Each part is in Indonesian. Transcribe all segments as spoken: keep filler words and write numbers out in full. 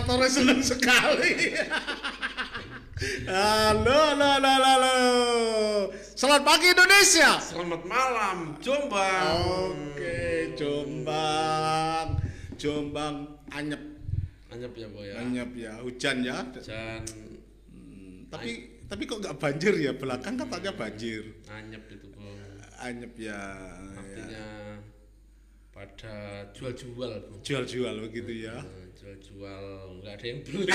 moderatornya senang sekali. Halo, halo, halo, halo. Selamat pagi Indonesia. Selamat malam Jombang. Oke, Jombang. Jombang anyep. Anyep ya boy ya. Anyep ya, hujan ya. Hujan. Hmm, tapi tapi kok nggak banjir ya? Belakang katanya banjir. Anyep itu bung. Anyep ya. Artinya ya. pada jual-jual bung. Jual-jual begitu ya. Hmm, jual-jual nggak ada yang beli.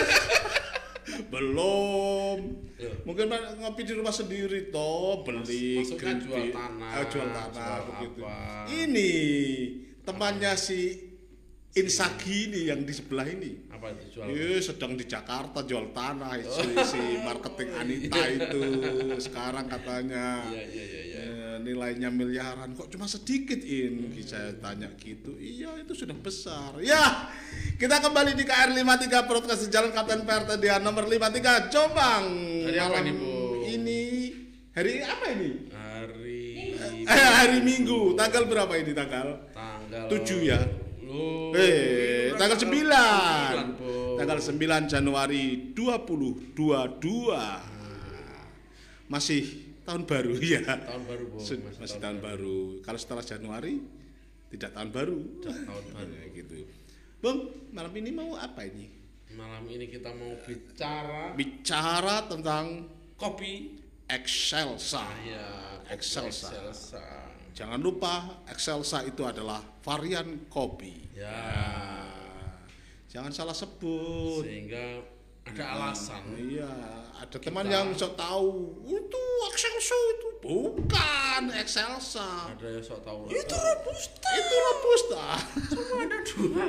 Belum. Loh. Mungkin ngopi di rumah sendiri toh, beli Maksudnya keripik. jual tanah, Ah, jual tanah jual begitu. apa. Ini temannya si Insagi ini yang di sebelah ini. Apa itu jual? Iya, sedang di Jakarta jual tanah si, si marketing Anita itu sekarang katanya. Iya iya iya. iya. Eh, nilainya miliaran kok cuma sedikit in hmm. Saya tanya gitu. Iya itu sudah besar ya. Kita kembali di K R lima puluh tiga Broadcast Jalan Kapten P R T D nomor lima puluh tiga Jombang. Hari apa ini Bu? Ini hari apa ini? Hari eh, hari Minggu. Tanggal berapa ini tanggal? Tanggal tujuh ya. Oh, eh tanggal sembilan. Bu. Tanggal sembilan Januari dua ribu dua puluh dua. Masih tahun baru ya. Tahun baru Bu. Masih, masih tahun, tahun baru. baru. Kalau setelah Januari tidak tahun baru. Tidak tahun baru ya, gitu. Bang, malam ini mau apa ini? Malam ini kita mau bicara bicara tentang kopi Excelsa. Ya, Excelsa. Excelsa. Jangan lupa Excelsa itu adalah varian kopi. Ya. Nah, jangan salah sebut. Sehingga ada alasan. Nah, iya, ada kita, teman yang sok tahu itu Excelsa itu bukan Excelsa. Ada yang sok tahu. Itu robusta. Itu robusta. Cuma ada dua.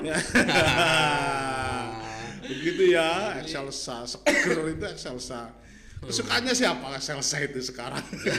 Begitu ya, Excelsa. Seger itu Excelsa. Kesukaannya siapa Excelsa itu sekarang?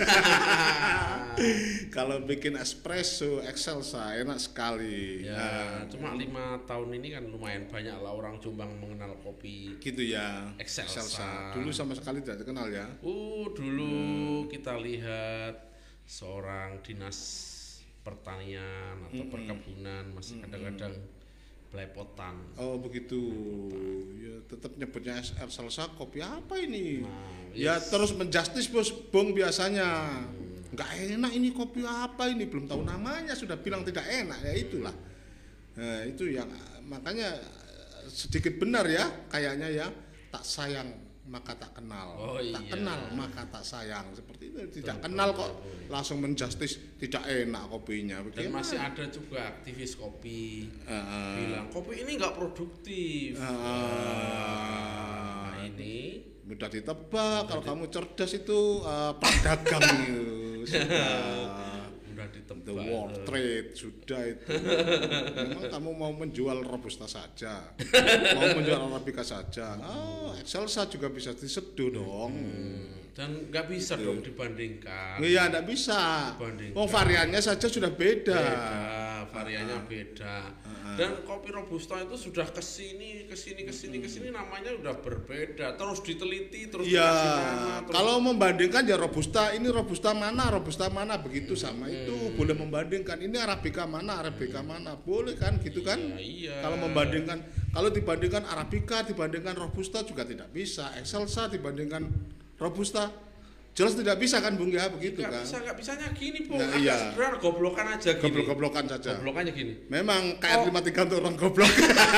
Kalau bikin espresso Excelsa enak sekali. Ya, nah, cuma lima tahun ini kan lumayan banyak lah orang Jombang mengenal kopi. Gitu ya. Excelsa. Excelsa. Dulu sama sekali tidak terkenal ya. Uh, dulu hmm. kita lihat seorang dinas pertanian atau hmm. perkebunan masih kadang-kadang hmm. belepotan. Oh begitu. Ya tetap nyebutnya Excelsa kopi apa ini? Nah, ya yes. Terus menjustis bos bong biasanya. Hmm. Nggak enak ini kopi apa ini, belum tahu namanya sudah bilang tidak enak ya itulah. Nah, itu yang makanya sedikit benar ya kayaknya ya, tak sayang maka tak kenal, oh, tak iya. kenal maka tak sayang, seperti itu. Tidak Betul, kenal kok betul. Langsung menjustis tidak enak kopinya. Dan bagaimana? masih ada juga aktivis kopi uh, bilang kopi ini nggak produktif. Uh, nah, ini mudah ditebak kalau kamu cerdas itu uh, pedagang itu sudah. Udah ditebak. The World Trade sudah itu. Memang kamu mau menjual robusta saja, mau menjual arabica saja. Oh, Excelsa juga bisa diseduh dong. Hmm. Dan nggak bisa gitu. Dong dibandingkan. Iya, nggak bisa. Oh, variannya saja sudah beda. Beda, variannya uh-huh. beda. Uh-huh. Dan kopi robusta itu sudah kesini, kesini, kesini, kesini namanya udah berbeda. Terus diteliti, terus ya, dikasih nama. Terus... Kalau membandingkan ya robusta, ini robusta mana, robusta mana, begitu sama hmm. itu. Boleh membandingkan ini arabica mana, arabica hmm. mana, boleh kan, gitu kan? Iya, iya. Kalau membandingkan, kalau dibandingkan arabica, dibandingkan robusta juga tidak bisa. Excelsa dibandingkan robusta jelas tidak bisa kan Bung ya, begitu gak kan? Bisa, nggak bisanya gini Bung. Nah, agak iya. Sederhana, goblokan aja gini. Goblok-goblokan saja. Goblokannya gini. Memang K R lima puluh tiga untuk orang goblok.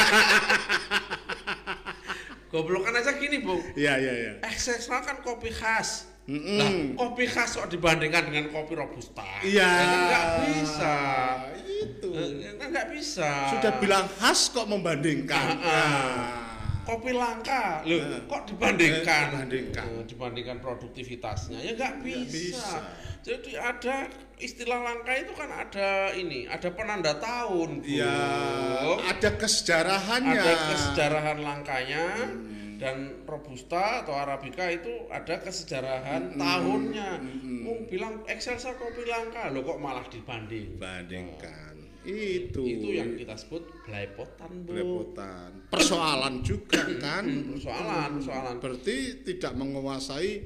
Goblokan aja gini Bung. Iya iya iya. Excelsa kan kopi khas. Mm-mm. Nah, kopi khas kok dibandingkan dengan kopi robusta. Iya. Nggak bisa. Itu. Nggak bisa. Sudah bilang khas kok membandingkan. Uh, uh. Kopi langka, loh, uh. kok dibandingkan? Eh, dibandingkan. Uh, dibandingkan produktivitasnya, ya nggak bisa. bisa. Jadi ada istilah langka itu kan ada ini, ada penanda tahun. Iya. Ada kesejarahannya. Ada kesejarahan langkanya. Hmm. Dan robusta atau arabica itu ada kesejarahan mm, tahunnya. Mm, mm. bilang Excelsa kopi langka, lo kok malah dibanding? Bandingkan. Nah, itu. Itu yang kita sebut belepotan, Bu. Belepotan. Persoalan juga kan? Persoalan, persoalan. Berarti tidak menguasai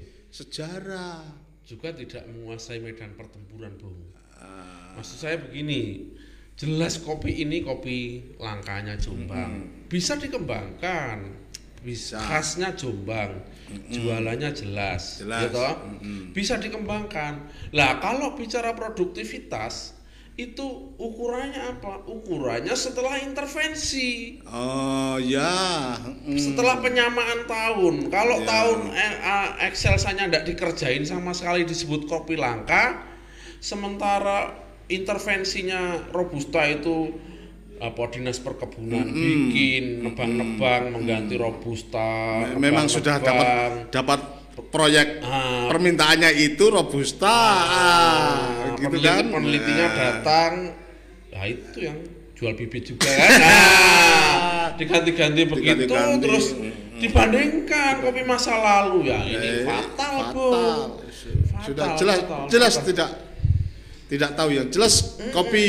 sejarah. Juga tidak menguasai medan pertempuran, Bung. Uh. Maksud saya begini. jelas kopi ini kopi langkanya Jombang. Mm-hmm. Bisa dikembangkan. Bisa. Khasnya Jombang. Mm-hmm. Jualannya jelas. Jelas. Gitu? Mm-hmm. Bisa dikembangkan. Lah kalau bicara produktivitas itu ukurannya apa? Ukurannya setelah intervensi. Oh ya. Mm. Setelah penyamaan tahun. Kalau ya. tahun eh, Excelsanya tidak dikerjain sama sekali disebut kopi langka. Sementara intervensinya Robusta itu apa dinas perkebunan mm-hmm. bikin nebang-nebang mm-hmm. mengganti Robusta. Memang sudah dapat dapat proyek ah, permintaannya itu Robusta, ah, gitu peneliti, kan? Penelitinya nah. datang, nah itu yang jual bibit juga kan? Nah, diganti-ganti begitu, diganti-ganti. Terus dibandingkan kopi masa lalu ya ini eh, fatal, fatal. Bu. Fatal, sudah jelas, fatal, jelas fatal. tidak tidak tahu yang jelas hmm. kopi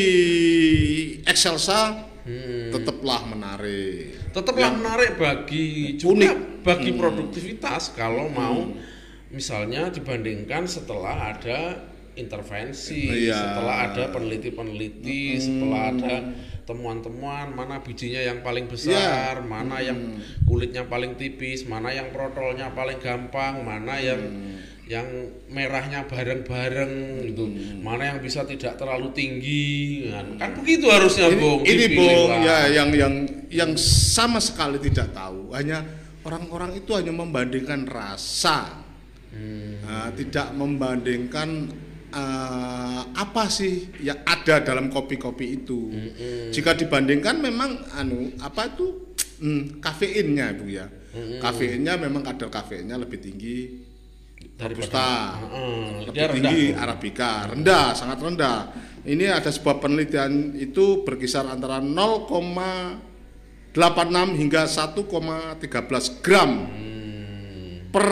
Excelsa hmm. tetaplah menarik. Tetaplah yang menarik bagi juga unik. Bagi hmm. produktivitas kalau hmm. mau misalnya dibandingkan setelah ada intervensi, iya. setelah ada peneliti-peneliti, hmm. setelah ada temuan-temuan mana bijinya yang paling besar, yeah. mana hmm. yang kulitnya paling tipis, mana yang protolnya paling gampang, mana yang hmm. yang merahnya bareng-bareng gitu, hmm. mana yang bisa tidak terlalu tinggi, kan, kan begitu harusnya ini, Bung. Ini Bung ya yang yang yang sama sekali tidak tahu, hanya orang-orang itu hanya membandingkan rasa, hmm. nah, tidak membandingkan uh, apa sih yang ada dalam kopi-kopi itu. Hmm. Jika dibandingkan memang anu apa itu hmm, kafeinnya Bu ya, hmm. kafeinnya memang kadar kafeinnya lebih tinggi. Robusta, uh, lebih tinggi rendah. Arabica, rendah, sangat rendah. Ini ada sebuah penelitian itu berkisar antara nol koma delapan enam hingga satu koma satu tiga gram hmm. per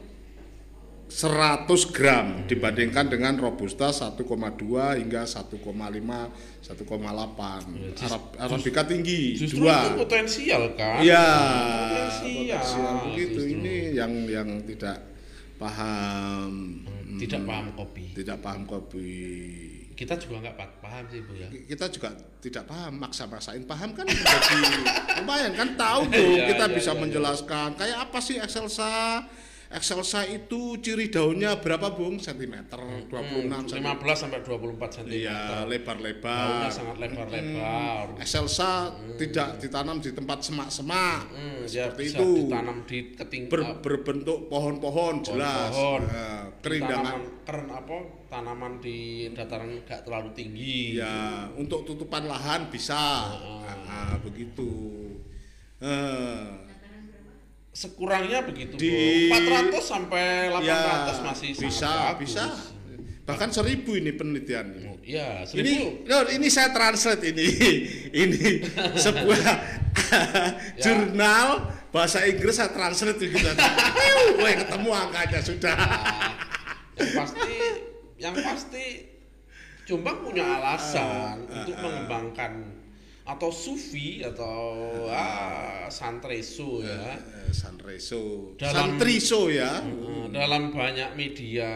seratus gram dibandingkan dengan Robusta satu koma dua hingga satu koma lima, satu koma delapan. Ya, Arab, Arabica tinggi, justru dua. Itu potensial kan? Iya, potensial. potensial begitu. Ini yang yang tidak paham, tidak hmm, paham kopi, tidak paham kopi. Kita juga nggak paham sih Bu ya. Kita juga tidak paham, maksa-maksain paham kan jadi lumayan kan tahu tuh ya, kita ya, bisa ya, menjelaskan ya. Kayak apa sih Excelsa. Excelsa itu ciri daunnya berapa Bung? Sentimeter, dua puluh enam hmm, lima belas sampai dua puluh empat sentimeter. Iya, lebar-lebar. Daunnya sangat lebar-lebar. Hmm. Excelsa hmm. tidak ditanam di tempat semak-semak. Hmm, seperti ya, itu. Ditanam di keting Ber, berbentuk pohon-pohon jelas. Pohon. Nah, kerindangan keren apa? Tanaman di dataran enggak terlalu tinggi. Ya, gitu. Untuk tutupan lahan bisa. Nah, nah begitu. Uh, Sekurangnya begitu di empat ratus sampai delapan ratus ya, masih bisa bagus. Bisa bahkan seribu ini penelitian oh, ya, ini no, ini saya translate ini ini sebuah ya. Jurnal bahasa Inggris saya translate gitu. Wah ketemu angkanya sudah. Nah, yang pasti yang pasti Jombang punya alasan uh, uh, untuk uh, mengembangkan atau Sufi atau ah, Santreso ya, Santreso, dalam, Santriso ya, uh, dalam banyak media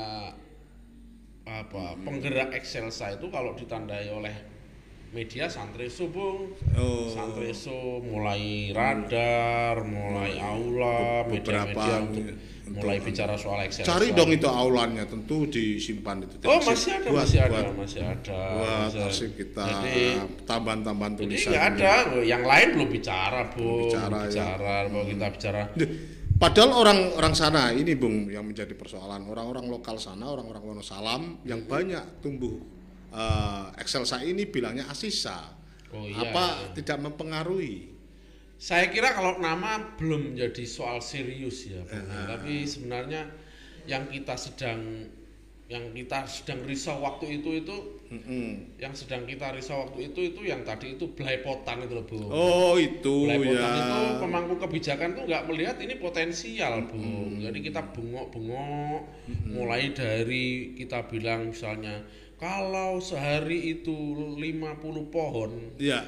apa hmm. penggerak Excelsa itu kalau ditandai oleh media Santreso Bung, oh. Santreso mulai radar, mulai aula, media-media untuk mulai untuk bicara soal Excelsa. Cari dong itu aulanya, tentu disimpan itu. Oh masih ada, buat, masih ada, buat, masih ada. Buat masih kita tambahan-tambahan tulisan. Jadi nggak ada, yang lain belum bicara Bung, bicara, bicara ya. Bahwa kita bicara. Padahal orang-orang sana ini Bung yang menjadi persoalan, orang-orang lokal sana, orang-orang Wonosalam yang banyak tumbuh uh, Excelsa ini bilangnya Asisa. Oh, iya, apa iya. Tidak mempengaruhi? Saya kira kalau nama belum jadi soal serius ya, Bung. Uh, tapi sebenarnya yang kita sedang yang kita sedang risau waktu itu itu uh, yang sedang kita risau waktu itu itu yang tadi itu Bleipotan itu loh, Bung. Oh, itu Bleipotan ya. itu pemangku kebijakan tuh nggak melihat ini potensial, Bung. Uh, Jadi kita bengok-bengok uh, mulai dari kita bilang misalnya kalau sehari itu lima puluh pohon. Iya.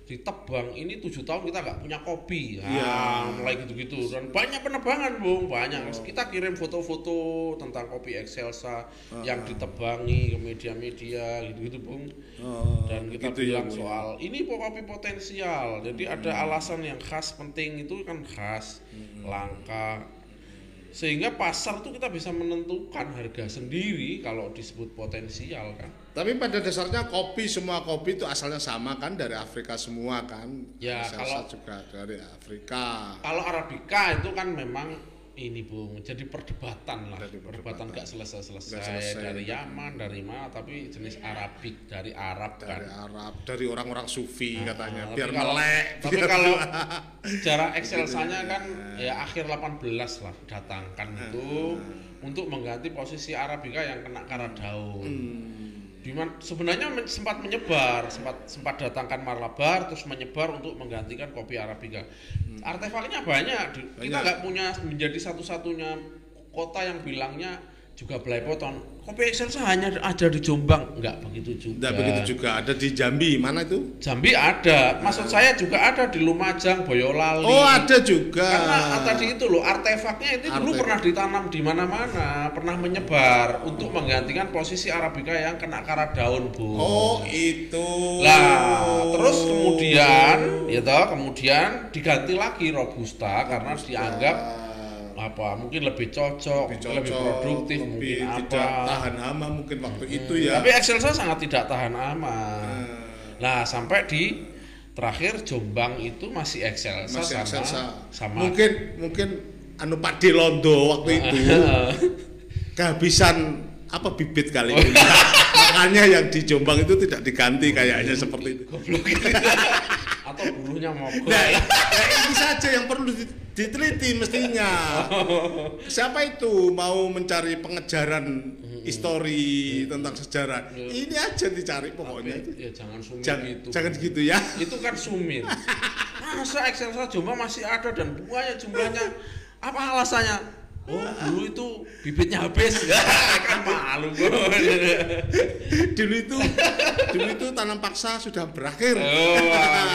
ditebang ini tujuh tahun kita nggak punya kopi, nah, ya. mulai gitu-gitu dan banyak penebangan Bung, banyak oh. kita kirim foto-foto tentang kopi Excelsa uh, yang ditebangi ke media-media gitu-gitu Bung uh, dan kita gitu bilang ya, soal ini kopi potensial, jadi hmm. ada alasan yang khas penting itu kan khas hmm. langka sehingga pasar tuh kita bisa menentukan harga sendiri kalau disebut potensial kan. Tapi pada dasarnya kopi semua kopi itu asalnya sama kan dari Afrika semua kan. Ya kalau juga dari Afrika. Kalau Arabica itu kan memang ini Bung, jadi perdebatan lah. Jadi perdebatan nggak selesai-selesai selesai. Dari Yaman, dari mana, tapi jenis Arabik dari Arab kan. Dari Arab, dari orang-orang Sufi nah, katanya. Biar kalau, melek. Tapi biar kalau jarak Excelsanya kan ya akhir delapan belas lah datangkan itu hmm. untuk mengganti posisi Arabica yang kena karat daun. Hmm. Dimana sebenarnya sempat menyebar, sempat sempat datangkan Marlabar terus menyebar untuk menggantikan kopi Arabica. Hmm. Artefaknya banyak. banyak. Kita nggak punya menjadi satu-satunya kota yang bilangnya juga Bleipoton. Kopi Excelsa hanya ada di Jombang, enggak begitu juga. Enggak begitu juga, ada di Jambi, mana itu? Jambi ada, maksud nah. saya juga ada di Lumajang, Boyolali. Oh ada juga. Karena tadi itu loh, artefaknya itu Artefak. dulu pernah ditanam di mana-mana, pernah menyebar oh. untuk menggantikan posisi Arabica yang kena karat daun, Bu. Oh itu. Lah, terus kemudian, ya toh, kemudian diganti lagi Robusta, Robusta. karena dianggap apa mungkin lebih cocok, lebih, cocok, lebih produktif, lebih mungkin tidak apa tidak tahan hama mungkin waktu hmm. itu ya. Tapi Excelsa sangat tidak tahan hama. Hmm. Nah sampai di terakhir Jombang itu masih Excelsa masih sama, Excelsa. sama mungkin mungkin anu Pak Delondo waktu itu kehabisan apa bibit kali ini. Oh. Makanya yang di Jombang itu tidak diganti kayaknya seperti itu. Atau bulunya mogok. Nah, nah ini saja yang perlu diteliti mestinya. Siapa itu mau mencari pengejaran histori tentang sejarah? Ini aja dicari pokoknya. Tapi, ya jangan sumir jangan, gitu. Jangan gitu ya. Itu kan sumir. Masa Excelsa Jombang masih ada dan bunganya jumlahnya apa alasannya? Oh dulu itu bibitnya habis. Kan malu. Dulu itu dulu itu tanam paksa sudah berakhir. Oh,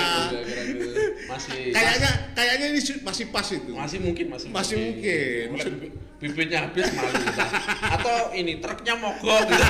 masih kayaknya kayaknya ini masih pas itu. Masih mungkin masih masih mungkin. mungkin. Bibitnya habis malu kita. Atau ini truknya mogok gitu.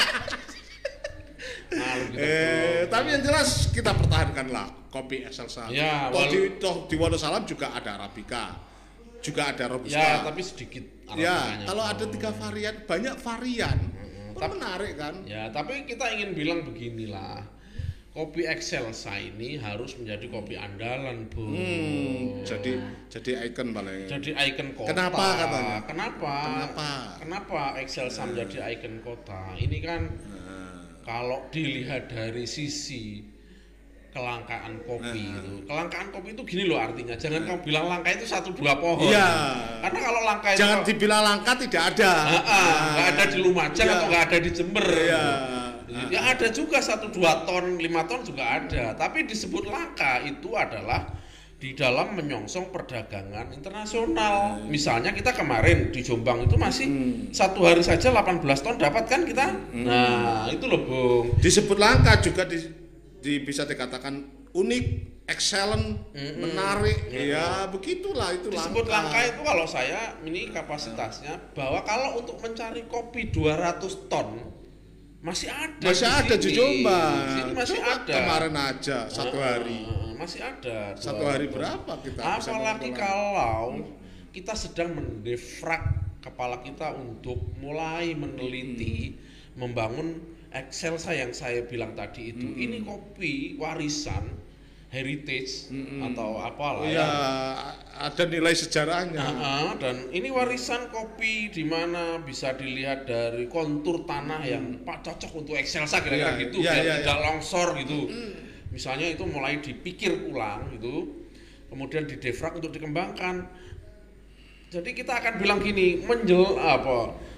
Malu kita. Eh, tapi yang jelas kita pertahankanlah kopi Excelsa. Ya, toh di toh di Wonosalam juga ada Arabica. Juga ada Robusta. Ya, tapi sedikit. Ya, kalau ada tiga varian, banyak varian. Hmm, tapi menarik kan? Ya, tapi kita ingin bilang beginilah. Kopi Excelsa ini harus menjadi kopi andalan, Bu. Hmm, jadi jadi ikon paling. Jadi ikon kota. Kenapa katanya? Kenapa? Kenapa? Kenapa Excelsa hmm. menjadi ikon kota? Ini kan hmm. kalau dilihat dari sisi kelangkaan kopi nah. itu. Kelangkaan kopi itu gini loh artinya. Jangan nah. kamu bilang langka itu satu dua pohon. Iya. Karena kalau langka itu jangan dibilang langka tidak ada. Heeh, nah. nggak ada di Lumajang ya. Atau nggak ada di Jember. Iya. Nah. Ya ada juga satu dua ton, lima ton juga ada. Tapi disebut langka itu adalah di dalam menyongsong perdagangan internasional. Hmm. Misalnya kita kemarin di Jombang itu masih hmm. satu hari saja delapan belas ton dapat kan kita. Hmm. Nah, itu loh, Bung. Disebut langka juga di Di, bisa dikatakan unik, excellent, mm-hmm. menarik, mm-hmm. ya begitulah itu disebut langka. langka itu kalau saya ini kapasitasnya bahwa kalau untuk mencari kopi dua ratus ton masih ada masih di ada di Jombang. Sini masih Coba ada kemarin aja satu hari uh, masih ada satu hari berapa kita apalagi kalau kita sedang mendefrak kepala kita untuk mulai meneliti hmm. membangun Excelsa yang saya bilang tadi itu, mm-hmm. ini kopi warisan heritage mm-hmm. atau apalah ya, ada nilai sejarahnya. Uh-huh, dan ini warisan kopi di mana bisa dilihat dari kontur tanah yang pak cocok untuk Excelsa kira-kira yeah, gitu, yeah, biar yeah, tidak yeah. longsor gitu. Mm-hmm. Misalnya itu mulai dipikir ulang gitu, kemudian didefrak untuk dikembangkan. Jadi kita akan bilang gini, menjel apa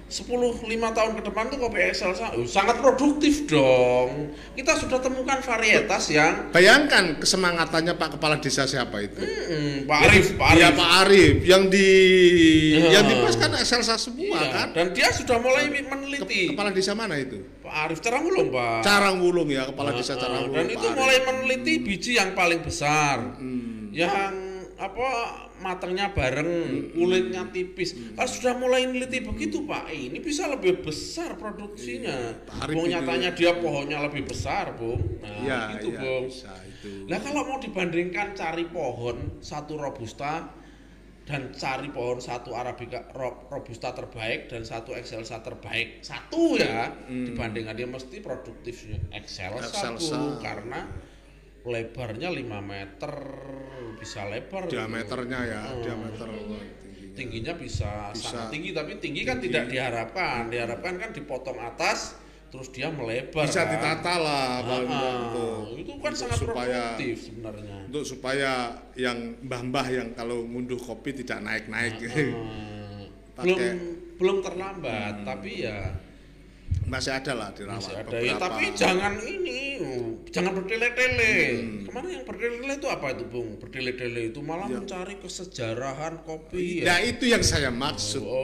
sepuluh lima tahun ke depan tuh kopi Excelsa oh, sangat produktif dong. Kita sudah temukan varietas yang bayangkan kesemangatannya Pak Kepala Desa siapa itu? Hmm, Pak Arif, Pak Arif. Iya Pak Arif yang di ya. yang dibahas kan Excelsa semua iya, kan. Dan dia sudah mulai meneliti. Kepala Desa mana itu? Pak Arif Carangwulung, Pak. Carangwulung ya, Kepala nah, Desa Carangwulung. Dan itu Pak mulai Arif. meneliti biji yang paling besar. Hmm. Yang apa matangnya bareng, kulitnya tipis. Hmm. Kalau sudah mulai meneliti begitu Pak, ini bisa lebih besar produksinya. Bung nyatanya dia pohonnya lebih besar, Bung. Nah, ya, gitu, ya, Bung. Nah, kalau mau dibandingkan cari pohon satu robusta dan cari pohon satu arabica robusta terbaik dan satu Excelsa terbaik, satu ya, hmm. dibandingkan dia mesti produktifnya Excelsa, Excelsa. Bung, karena lebarnya lima meter, bisa lebar diameternya ya, hmm. diameter tingginya, tingginya bisa, bisa sangat tinggi, tapi tinggi kan tinggi. Tidak diharapkan, diharapkan kan dipotong atas terus dia melebar bisa kan? Ditata lah ah, untuk, itu kan untuk sangat supaya, produktif sebenarnya untuk supaya yang mbah-mbah yang kalau ngunduh kopi tidak naik-naik ah, ah. belum belum terlambat hmm. tapi ya masih ada lah dirawat masih ada ya, tapi jangan ini jangan bertele-tele. Hmm. Kemarin yang bertele-tele itu apa itu Bung? Bertele-tele itu malah ya. mencari kesejarahan kopi. Ya, ya itu yang saya maksud. Oh,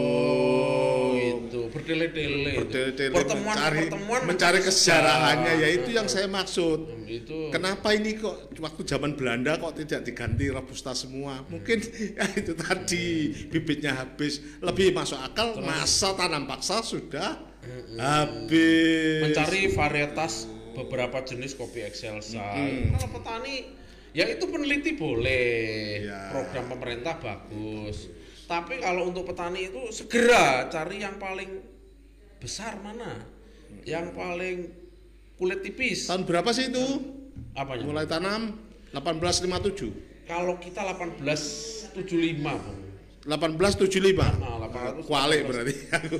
oh itu bertele-tele. Bertele-tele pertemuan mencari, pertemuan mencari kesejarahannya ya itu yang saya maksud. Hmm, itu. Kenapa ini kok waktu zaman Belanda kok tidak diganti robusta semua? Mungkin ya itu tadi bibitnya habis, lebih masuk akal. Terus. Masa tanam paksa sudah Mm-hmm. habis mencari varietas beberapa jenis kopi Excelsa. Mm-hmm. Kalau petani ya itu peneliti boleh, yeah. program pemerintah bagus. Tapi kalau untuk petani itu segera cari yang paling besar mana, mm-hmm. yang paling kulit tipis. Tahun berapa sih itu? Apanya? Mulai tanam delapan belas lima puluh tujuh. Kalau kita delapan belas tujuh puluh lima, Bung. delapan belas tujuh puluh lima. Nah, delapan ratus kualik berarti aku.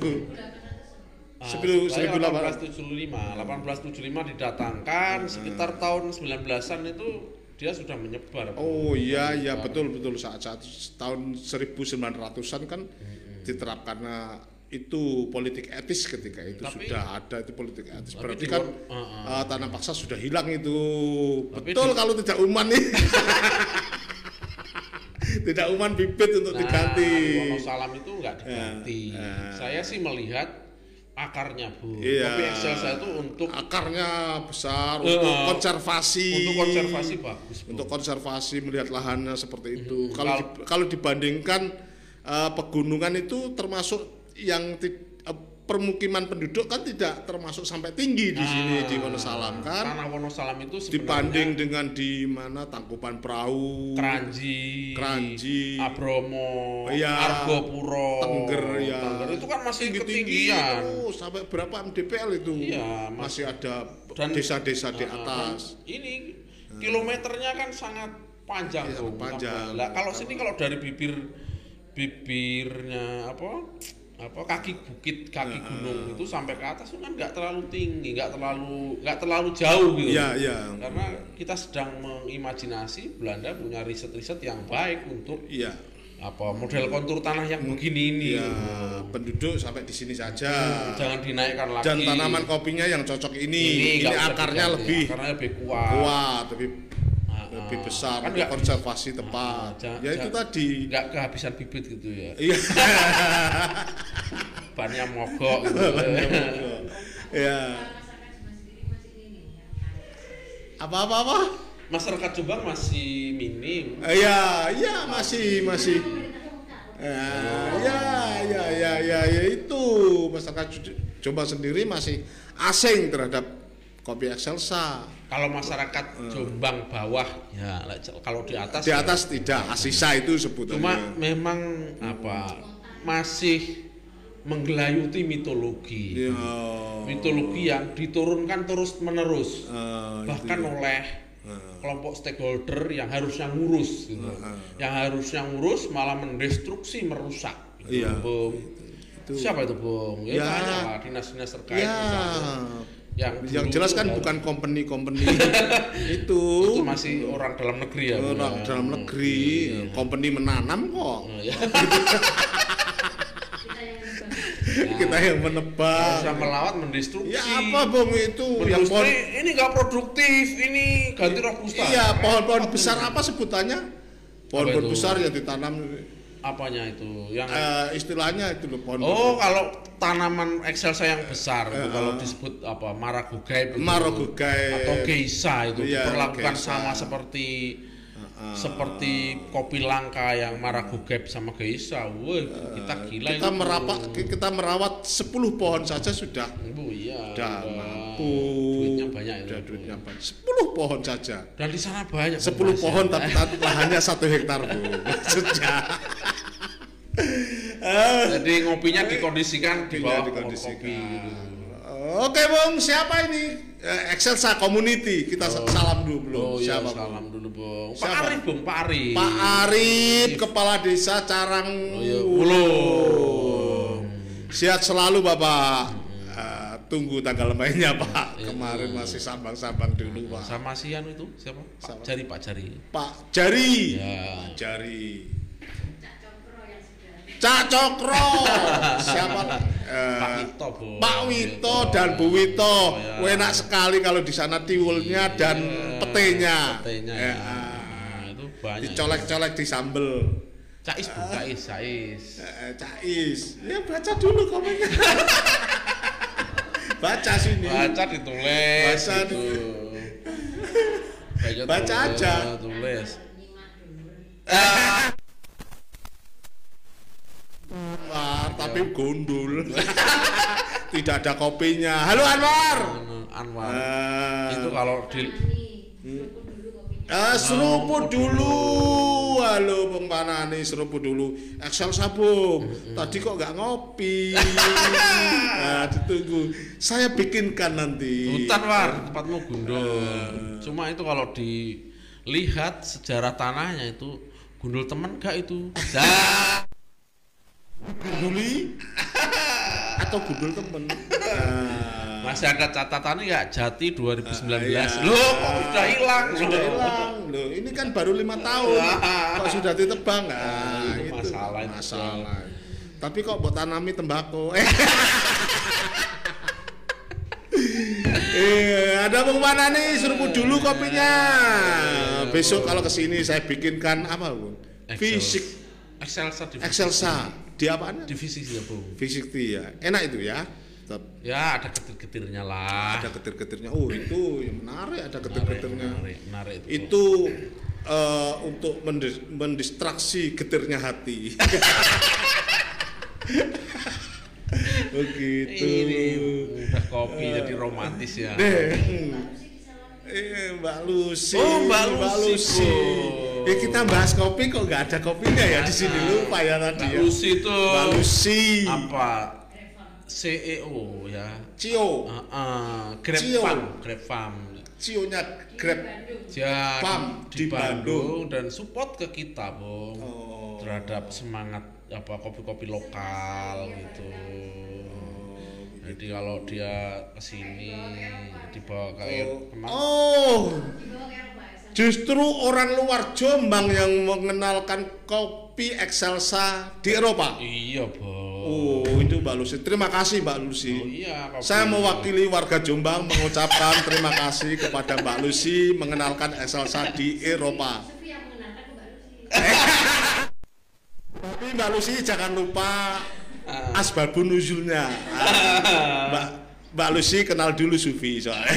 Nah, delapan belas tujuh puluh lima, delapan belas tujuh puluh lima didatangkan, hmm. sekitar tahun sembilan belasan itu dia sudah menyebar. Oh iya iya betul betul saat-saat tahun seribu sembilan ratusan kan hmm. diterapkan itu politik etis ketika itu tapi, sudah ada itu politik etis. Berarti kan uh, uh, uh, tanam paksa sudah hilang itu. Betul di, kalau tidak uman nih. Tidak uman bibit untuk nah, diganti. Wonosalam itu enggak diganti. Uh, uh, Saya sih melihat akarnya Bu, iya, kopi Excelsa itu untuk akarnya besar, uh, untuk konservasi, untuk konservasi bagus, Bu. Untuk konservasi melihat lahannya seperti itu. Hmm, kalau di, kalau dibandingkan uh, pegunungan itu termasuk yang ti, uh, permukiman penduduk kan tidak termasuk sampai tinggi di nah, sini di Wonosalam kan. Tanah Wonosalam itu dibanding dengan di mana Tangkuban Perahu, Kranji, Kranji, Abromo, ya, Argopuro, Tengger ya. Tengger itu kan masih tinggi, ketinggian. Terus sampai berapa M D P L itu? Iya, masih ada desa-desa di atas. Ini kilometernya kan sangat panjang ya, tuh. Panjang. Lah kalau sini kalau dari bibir bibirnya apa? apa kaki bukit kaki uh, gunung itu sampai ke atas itu kan nggak terlalu tinggi, nggak terlalu nggak terlalu jauh gitu. Iya, iya. Karena kita sedang mengimajinasi Belanda punya riset-riset yang baik untuk iya. apa model kontur tanah yang begini ini. Iya, penduduk sampai di sini saja. Hmm, jangan dinaikkan lagi. Dan tanaman kopinya yang cocok ini, ini, ini akarnya lebih akarnya lebih kuat. Kuat, lebih lebih besar kan untuk konservasi tepat. Nah, ya itu tadi nggak kehabisan bibit gitu ya. Iya. Bannya mogok gitu. Ya. Apa-apa apa? Masyarakat Jombang masih minim. Iya, iya masih masih. Ya, ya, ya, ya, ya, ya itu masyarakat Jombang sendiri masih asing terhadap kopi Excelsa. Kalau masyarakat Jombang bawah ya, kalau di atas di atas ya, tidak asisa itu sebetulnya. Cuma memang apa masih menggelayuti mitologi, ya. Mitologi yang diturunkan terus menerus, uh, bahkan itu, ya. oleh uh. kelompok stakeholder yang harusnya ngurus, gitu. uh. yang harusnya ngurus malah mendestruksi, merusak. Gitu, ya. Bung. Itu. Siapa itu Bung? Ya, ya. Tanya lah dinas-dinas terkait. Ya. Yang, yang jelas kan bukan company-company itu itu masih orang dalam negeri ya orang dalam negeri ya. Company menanam kok ya. Nah, kita yang menebang. Bisa melawat mendestruksi. Ya apa Bung itu yang pohon ini nggak produktif, ini ganti robusta. Iya, pohon-pohon besar apa sebutannya? Pohon-pohon besar yang ditanam. Apanya itu? Yang uh, istilahnya itu loh pohon. Oh, kalau tanaman excelsa yang besar uh, itu kalau disebut apa maragugai, maragugai atau geisha itu iya, diperlakukan geisha. sama seperti uh, seperti kopi langka yang maragugai sama geisha. Wah, kita gila kita itu. merapat kita merawat sepuluh pohon saja sudah. Bu, iya. Udah mampu. Duitnya banyak itu. Udah duitnya banyak. sepuluh pohon saja. Dan di sana banyak. sepuluh pohon tapi lahannya satu hektar, Bu. Maksudnya. Jadi ngopinya dikondisikan di bawah dikondisikan. kopi. Oke, Bung, siapa ini? Excelsa Community. Kita oh. salam dulu belum? Oh, siapa? Iya, salam dulu, Bung. Pak Siapa? Arif, Bung, Pak Arif. Pak Arif, Kepala Desa Carang oh, iya. Ulu. Sehat selalu, Bapak. Uh, tunggu tanggal mainnya, Pak. Iya. Kemarin masih sambang-sambang dulu, Pak. Sama si Anu itu siapa? Pak Sama. Jari, Pak Jari. Pak Jari. Ya. Pak Jari. Cak Cokro. Siapa? Uh, Pak Wito, Bu. Pak Wito dan Bu Wito. Oh, ya. Enak sekali kalau di sana tiwulnya Iya, dan petenya. Petenya. Ya. Ya. Nah, itu banyak. Dicolek-colek di sambel. Cais, Bu, Cais, Cais. Uh, Cais. Ya baca dulu komennya. Baca sini. Baca ditulis. Baca gitu. Baca, baca tulis, aja. Tulis. Wah, tapi gondol. Tidak ada kopinya. Halo Anwar. Anwar. Uh, itu kalau di Ah, seruput dulu. Halo Bung Panani, seruput dulu. Excelsa Bung. Tadi kok nggak ngopi? Nah, ditunggu. Saya bikinkan nanti. Hutan War, tempatmu gundul. Uh. Cuma itu kalau dilihat sejarah tanahnya itu gundul temen gak itu? Nah. Gunduli atau gundul temen? Nah. Masih ada catatannya ya Jati dua ribu sembilan belas. Uh, iya. Loh, kok sudah hilang? Sudah hilang. Loh, ini kan baru lima tahun. Kok sudah ditebang? Nah, itu itu masalah itu. Masalah. Tapi kok buat tanami tembakau? Eh, ada Bung mana nih? Seruput dulu kopinya. Besok kalau kesini saya bikinkan apa, Bung? Fisik. Excelsa. Excelsa. Di apaan? Divisi ya, Bung. Fisik ya. Enak itu ya. Tetap. Ya ada getir-getirnya lah. Ada getir-getirnya. Oh itu yang menarik, ada getir-getirnya. Menarik, menarik itu. Itu uh, untuk mendis mendistraksi getirnya hati. Begitu. Ini udah kopi uh, jadi romantis ya. Deh. Eh Mbak Lucy. Oh Mbak Lucy. Mbak Lucy. Ya kita bahas kopi kok nggak ada kopinya ya di sini lupa ya tadi. Mbak ya. Lucy itu. Mbak Lucy. Apa? C E O ya. Cio. Uh, uh, Grab Farm, Grab Farm. Cio-nya Grab ya, Farm di, di Bandung. Bandung Dan support ke kita, Bung. Oh. Terhadap semangat apa kopi-kopi lokal gitu. Jadi kalau dia kesini dibawa ke oh. kemana? Oh. Justru orang luar Jombang yang mengenalkan kopi Excelsa di Eropa. Iya, Bang. Oh, itu Mbak Lucy. Terima kasih Mbak Lucy. Oh, iya, kopi. Saya mewakili warga Jombang mengucapkan terima kasih kepada Mbak Lucy mengenalkan Excelsa di Eropa. Tapi Mbak Lucy jangan lupa uh. asbabun nuzulnya. Uh, Mbak Mbak Lucy kenal dulu Sufi soalnya.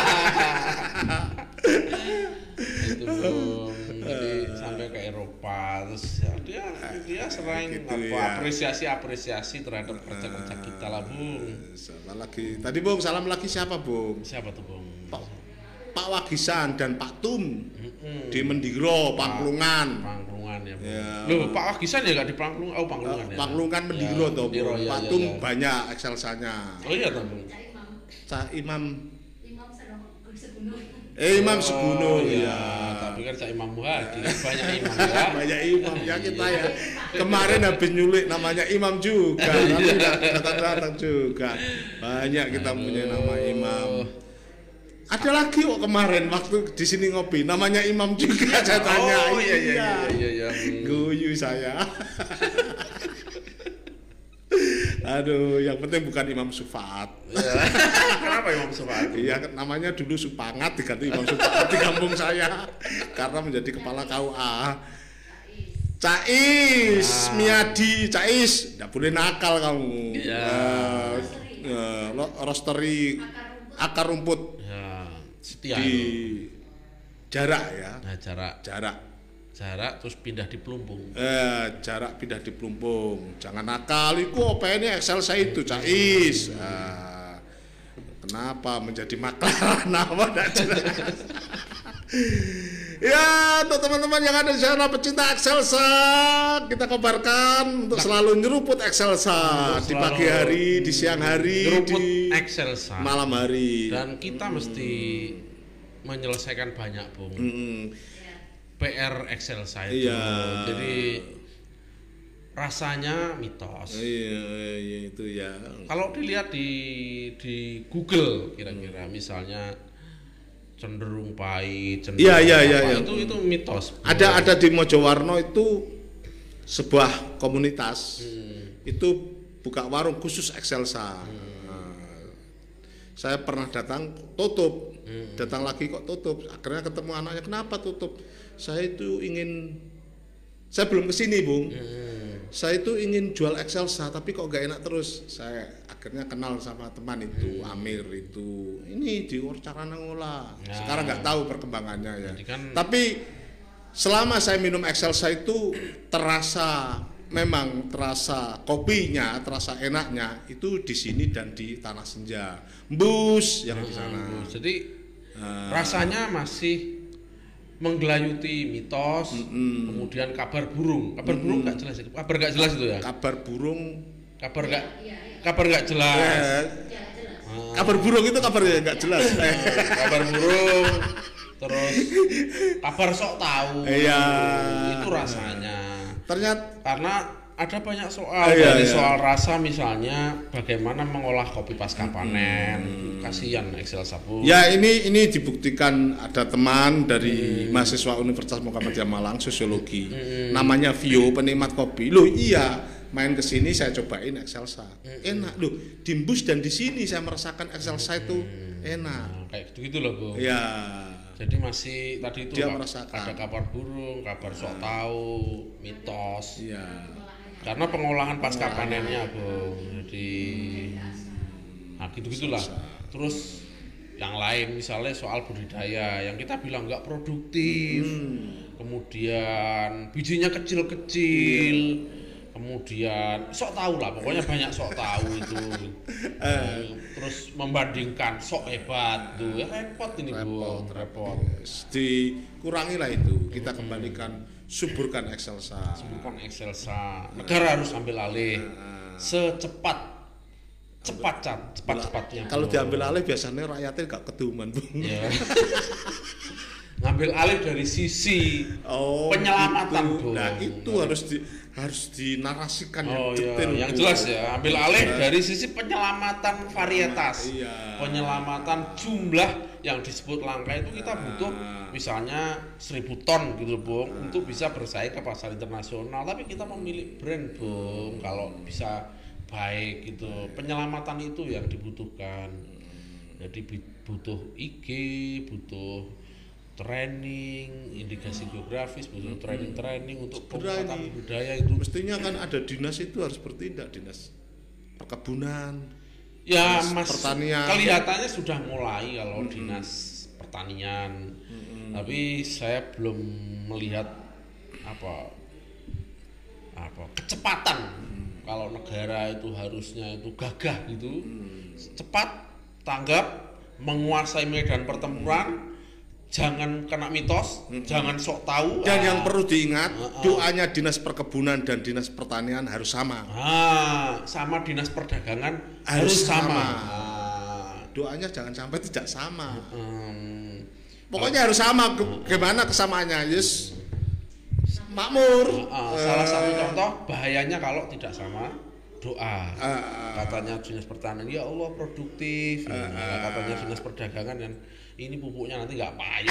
Itu Bung. Jadi sampai ke Eropa terus ya, dia dia sering gitu apa ya. apresiasi apresiasi terhadap kerja kerja kita lah Bung. Siapa lagi? Tadi Bung salam lagi siapa Bung? Siapa tuh Bung? Pak, Pak Wagisan dan Pak Tum mm-hmm. di Mendigro, Pangklungan. Pangklungan ya Bung. Ya. Loh Pak Wagisan ya nggak di Pangklungan? Oh Pangklungan ya. Pangklungan Mendigro ya, toh Bung. Ya, Pak ya, Tum ya. banyak Excelsanya. Oh iya toh Bung. Cak Imam. Segundo. Eh Imam Segundo oh, ya. ya. Tapi kan Cak Imam Muhadi kan banyak imam ya. Banyak imam ya kita ya. Kemarin habis nyulik namanya Imam juga, tapi datang-datang juga. Banyak kita Aduh. punya nama imam. Ada lagi kok kemarin waktu di sini ngopi, namanya Imam juga saya tanya. Oh iya iya iya iya. iya. Guyu saya. Aduh, yang penting bukan Imam Sufaat. Kenapa Imam Sufaat? Iya, namanya dulu Supangat diganti Imam Sufaat di kampung saya karena menjadi kepala K U A. Cais, ah. Miadi, Cais, nggak boleh nakal kamu. Iya. Uh, uh, rosteri akar rumput. Ya, setia di jarak ya. Nah, jarak. Jarak. Jarak terus pindah di Plumpung. Eh, jarak pindah di Plumpung. Jangan nakal, iku apa ini Excel saya itu, Cais. Nah, kenapa menjadi maklar? Nama tidak jelas. Ya, untuk teman-teman yang ada di sana pecinta Excelsa, kita kabarkan untuk selalu nyeruput Excelsa di pagi hari, di siang hari, nyeruput di Excelsa malam hari. Dan kita hmm. mesti menyelesaikan banyak, Bung. Hmm. P R Excelsa itu. Iya. Jadi rasanya mitos. Iya, iya itu ya. Kalau dilihat di di Google kira-kira hmm. misalnya cenderung pahit, cenderung ya, ya, apa, ya, ya. itu itu mitos. Ada ada di Mojowarno itu sebuah komunitas hmm. itu buka warung khusus Excelsa. Hmm. Nah, saya pernah datang tutup, hmm. datang lagi kok tutup. Akhirnya ketemu anaknya, kenapa tutup? Saya itu ingin, saya belum kesini Bung. Hmm. Saya itu ingin jual Excelsa, tapi kok gak enak terus. Saya akhirnya kenal sama teman itu, hmm. Amir itu, ini di cara ngolah. Ya. Sekarang nggak tahu perkembangannya ya. Kan, tapi selama saya minum Excelsa itu terasa, memang terasa kopinya, terasa enaknya itu di sini dan di Tanah Senja, Bus yang hmm, di sana. Jadi hmm. rasanya masih menggelayuti mitos, mm-hmm. kemudian kabar burung, kabar mm-hmm. burung nggak jelas, kabar nggak jelas itu ya. Kabar burung, kabar nggak, kabar nggak jelas. Eh, ah. Kabar burung itu kabarnya nggak jelas. Kabar burung, terus kabar sok tahu. Iya. Itu rasanya. Ternyata karena ada banyak soal iya, dari iya. soal rasa misalnya bagaimana mengolah kopi pasca panen. Hmm. Kasihan Excelsa Bu. Ya ini ini dibuktikan ada teman dari hmm. mahasiswa Universitas Muhammadiyah Malang sosiologi. Hmm. Namanya Vio, penikmat kopi. Loh iya, main ke sini saya cobain Excelsa. Hmm. Enak loh. Di Bus dan di sini saya merasakan Excelsa itu enak. Nah, kayak gitu-gitu loh, Bu. Ya. Jadi masih tadi itu dia lah, merasakan. Ada kabar burung, kabar sok tahu, mitos. Iya. Karena pengolahan pasca panennya, Bung. Jadi nah gitu-gitulah. Terus yang lain misalnya soal budidaya yang kita bilang nggak produktif. Hmm. Kemudian bijinya kecil-kecil. Kemudian sok tahu lah, pokoknya banyak sok tahu itu. uh, terus membandingkan sok hebat tuh, ya repot ini repot, Bu, repot. Dikurangi lah itu, kita hmm. kembalikan, suburkan Excelsa. Suburkan Excelsa. Negara harus ambil alih uh, secepat cepat cat, cepat-cepatnya. Kalau diambil alih biasanya rakyatnya nggak keduman, Bung. Yeah. Ngambil alih dari sisi oh, penyelamatan, itu. Bung. Nah, itu nah. harus di harus dinarasikan oh, yang detail. Iya. Yang jelas ya, ambil alih nah. dari sisi penyelamatan varietas. Nah, iya. Penyelamatan jumlah yang disebut langka itu kita butuh nah. misalnya seribu ton gitu, Bung, nah. untuk bisa bersaing ke pasar internasional. Tapi kita memilih brand, Bung, kalau bisa baik gitu. Penyelamatan itu yang dibutuhkan. Jadi butuh I G, butuh training, indikasi geografis, butuh training-training untuk penguatan budaya itu. Mestinya kan ada dinas itu harus bertindak, dinas perkebunan, ya dinas mas, pertanian. Kelihatannya sudah mulai kalau hmm. dinas pertanian, hmm. tapi saya belum melihat apa apa kecepatan. Hmm. Kalau negara itu harusnya itu gagah gitu, hmm. cepat tanggap, menguasai medan pertempuran. Jangan kena mitos, hmm. jangan sok tahu. Dan ah. yang perlu diingat, ah, ah. doanya dinas perkebunan dan dinas pertanian harus sama. Ah, sama dinas perdagangan harus, harus sama. sama. Ah. Doanya jangan sampai tidak sama. Hmm. Pokoknya harus sama. Gimana kesamaannya, Yes? Makmur. Ah, ah. Salah uh. satu contoh bahayanya kalau tidak sama doa. Uh. Katanya dinas pertanian, ya Allah produktif. Uh. Nah, katanya dinas perdagangan dan ini pupuknya nanti nggak payu.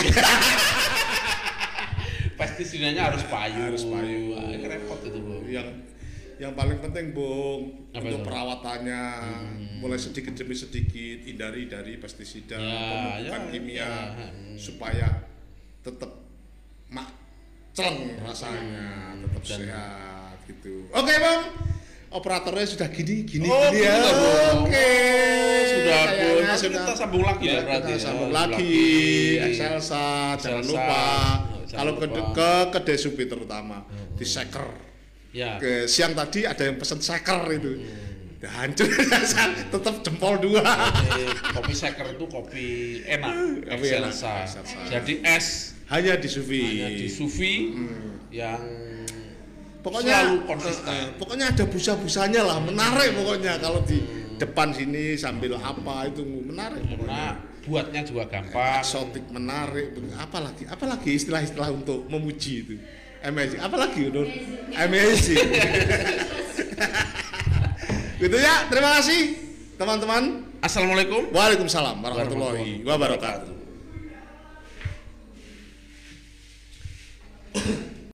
Pestisidanya harus payu. Harus payu. Nah, repot itu, Bu. Yang yang paling penting Bung Apa untuk itu? perawatannya hmm. mulai sedikit demi sedikit hindari dari pestisida, Ya, pemupukan ya, kimia ya, hmm. supaya tetap maceng rasanya, tetap Dan- sehat gitu. Oke Bang, operatornya sudah gini gini Oh, gini ya. sudah, Bung. Oke, Sudah Bung. kayaknya Nanti sudah. kita sambung lagi ya Ya, berarti. kita ya. sambung Sambung lagi, Excelsa, jangan Excelsa. lupa. Jangan Kalau ke, lupa. ke kedai Supi terutama di Seker. Ya. Ke siang tadi ada yang pesen Seker itu. Udah hancur, tetap jempol dua. Kopi, kopi Seker itu kopi enak, Kopi enak, Excelsa. Excelsa. Jadi es Hanya di Sufi. hanya di Sufi yang Pokoknya selalu konsisten. eh, eh, pokoknya ada busa-busanya lah, menarik pokoknya kalau di depan sini sambil apa itu menarik Karena pokoknya. buatnya juga gampang. Eksotik, menarik, apalagi apalagi istilah-istilah untuk memuji itu. Amazing. Apalagi Nur? Amazing. Gitu ya, terima kasih teman-teman. Assalamualaikum Waalaikumsalam warahmatullahi wabarakatuh.